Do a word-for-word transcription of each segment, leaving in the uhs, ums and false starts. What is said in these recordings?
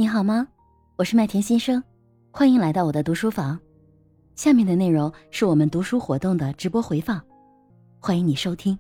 你好吗？我是麦田先生，欢迎来到我的读书房。下面的内容是我们读书活动的直播回放，欢迎你收听。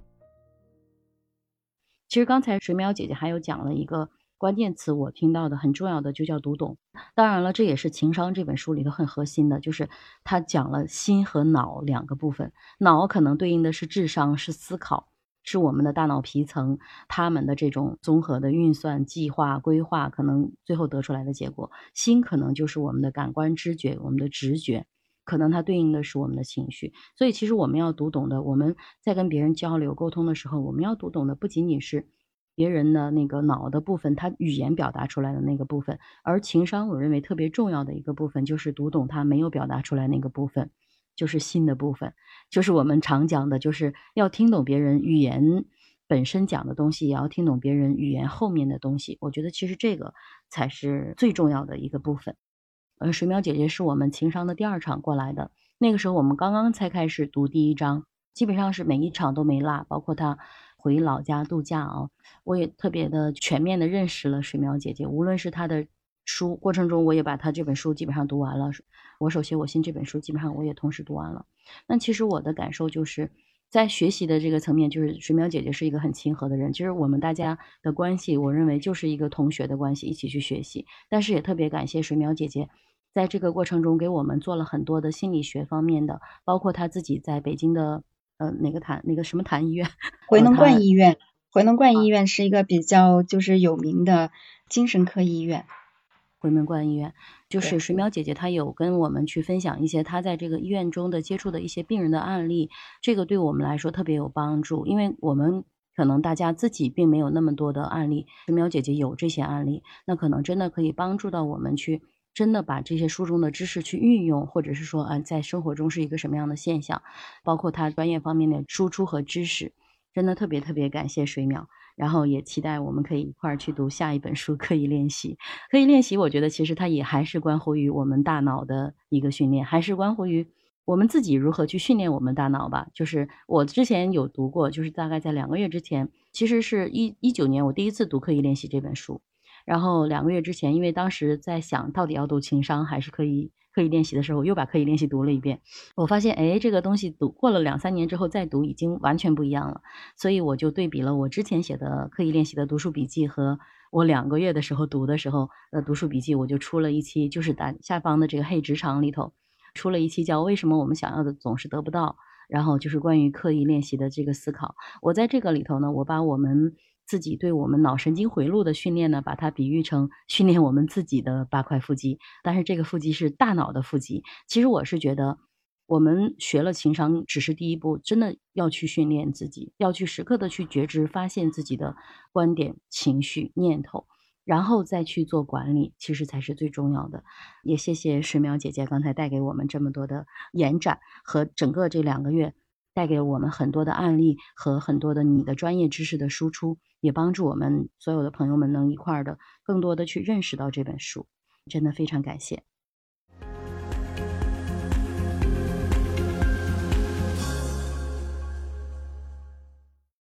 其实刚才水淼姐姐还有讲了一个关键词，我听到的很重要的就叫读懂。当然了，这也是情商这本书里头很核心的，就是它讲了心和脑两个部分。脑可能对应的是智商，是思考，是我们的大脑皮层，他们的这种综合的运算、计划、规划，可能最后得出来的结果。心可能就是我们的感官知觉，我们的直觉。可能它对应的是我们的情绪，所以其实我们要读懂的，我们在跟别人交流沟通的时候，我们要读懂的不仅仅是别人的那个脑的部分，他语言表达出来的那个部分，而情商我认为特别重要的一个部分，就是读懂他没有表达出来那个部分，就是心的部分，就是我们常讲的，就是要听懂别人语言本身讲的东西，也要听懂别人语言后面的东西。我觉得其实这个才是最重要的一个部分。呃，水淼姐姐是我们情商的第二场过来的，那个时候我们刚刚才开始读第一章，基本上是每一场都没落，包括她回老家度假啊，我也特别的全面的认识了水淼姐姐。无论是她的书过程中，我也把她这本书基本上读完了，我手写我心这本书基本上我也同时读完了。那其实我的感受就是在学习的这个层面，就是水淼姐姐是一个很亲和的人，其实我们大家的关系，我认为就是一个同学的关系，一起去学习。但是也特别感谢水淼姐姐在这个过程中给我们做了很多的心理学方面的，包括她自己在北京的呃哪个坛那个什么坛医院， 回龙呃她观医院，回龙观医院是一个比较就是有名的精神科医院。 回门观医院，就是对水淼姐姐她有跟我们去分享一些她在这个医院中的接触的一些病人的案例，这个对我们来说特别有帮助，因为我们可能大家自己并没有那么多的案例，水淼姐姐有这些案例，那可能真的可以帮助到我们去真的把这些书中的知识去运用，或者是说啊，在生活中是一个什么样的现象，包括她专业方面的输出和知识，真的特别特别感谢水淼。然后也期待我们可以一块儿去读下一本书刻意练习。刻意练习我觉得其实它也还是关乎于我们大脑的一个训练，还是关乎于我们自己如何去训练我们大脑吧。就是我之前有读过，就是大概在两个月之前，其实是一一九年我第一次读刻意练习这本书。然后两个月之前，因为当时在想到底要读情商还是刻意刻意练习的时候，又把刻意练习读了一遍。我发现哎，这个东西读过了两三年之后再读已经完全不一样了。所以我就对比了我之前写的刻意练习的读书笔记和我两个月的时候读的时候的读书笔记，我就出了一期，就是打下方的这个黑职场里头出了一期叫为什么我们想要的总是得不到，然后就是关于刻意练习的这个思考。我在这个里头呢，我把我们自己对我们脑神经回路的训练呢，把它比喻成训练我们自己的八块腹肌，但是这个腹肌是大脑的腹肌。其实我是觉得我们学了情商只是第一步，真的要去训练自己，要去时刻的去觉知发现自己的观点、情绪、念头，然后再去做管理，其实才是最重要的。也谢谢水淼姐姐刚才带给我们这么多的延展，和整个这两个月带给我们很多的案例和很多的你的专业知识的输出，也帮助我们所有的朋友们能一块儿的更多的去认识到这本书，真的非常感谢。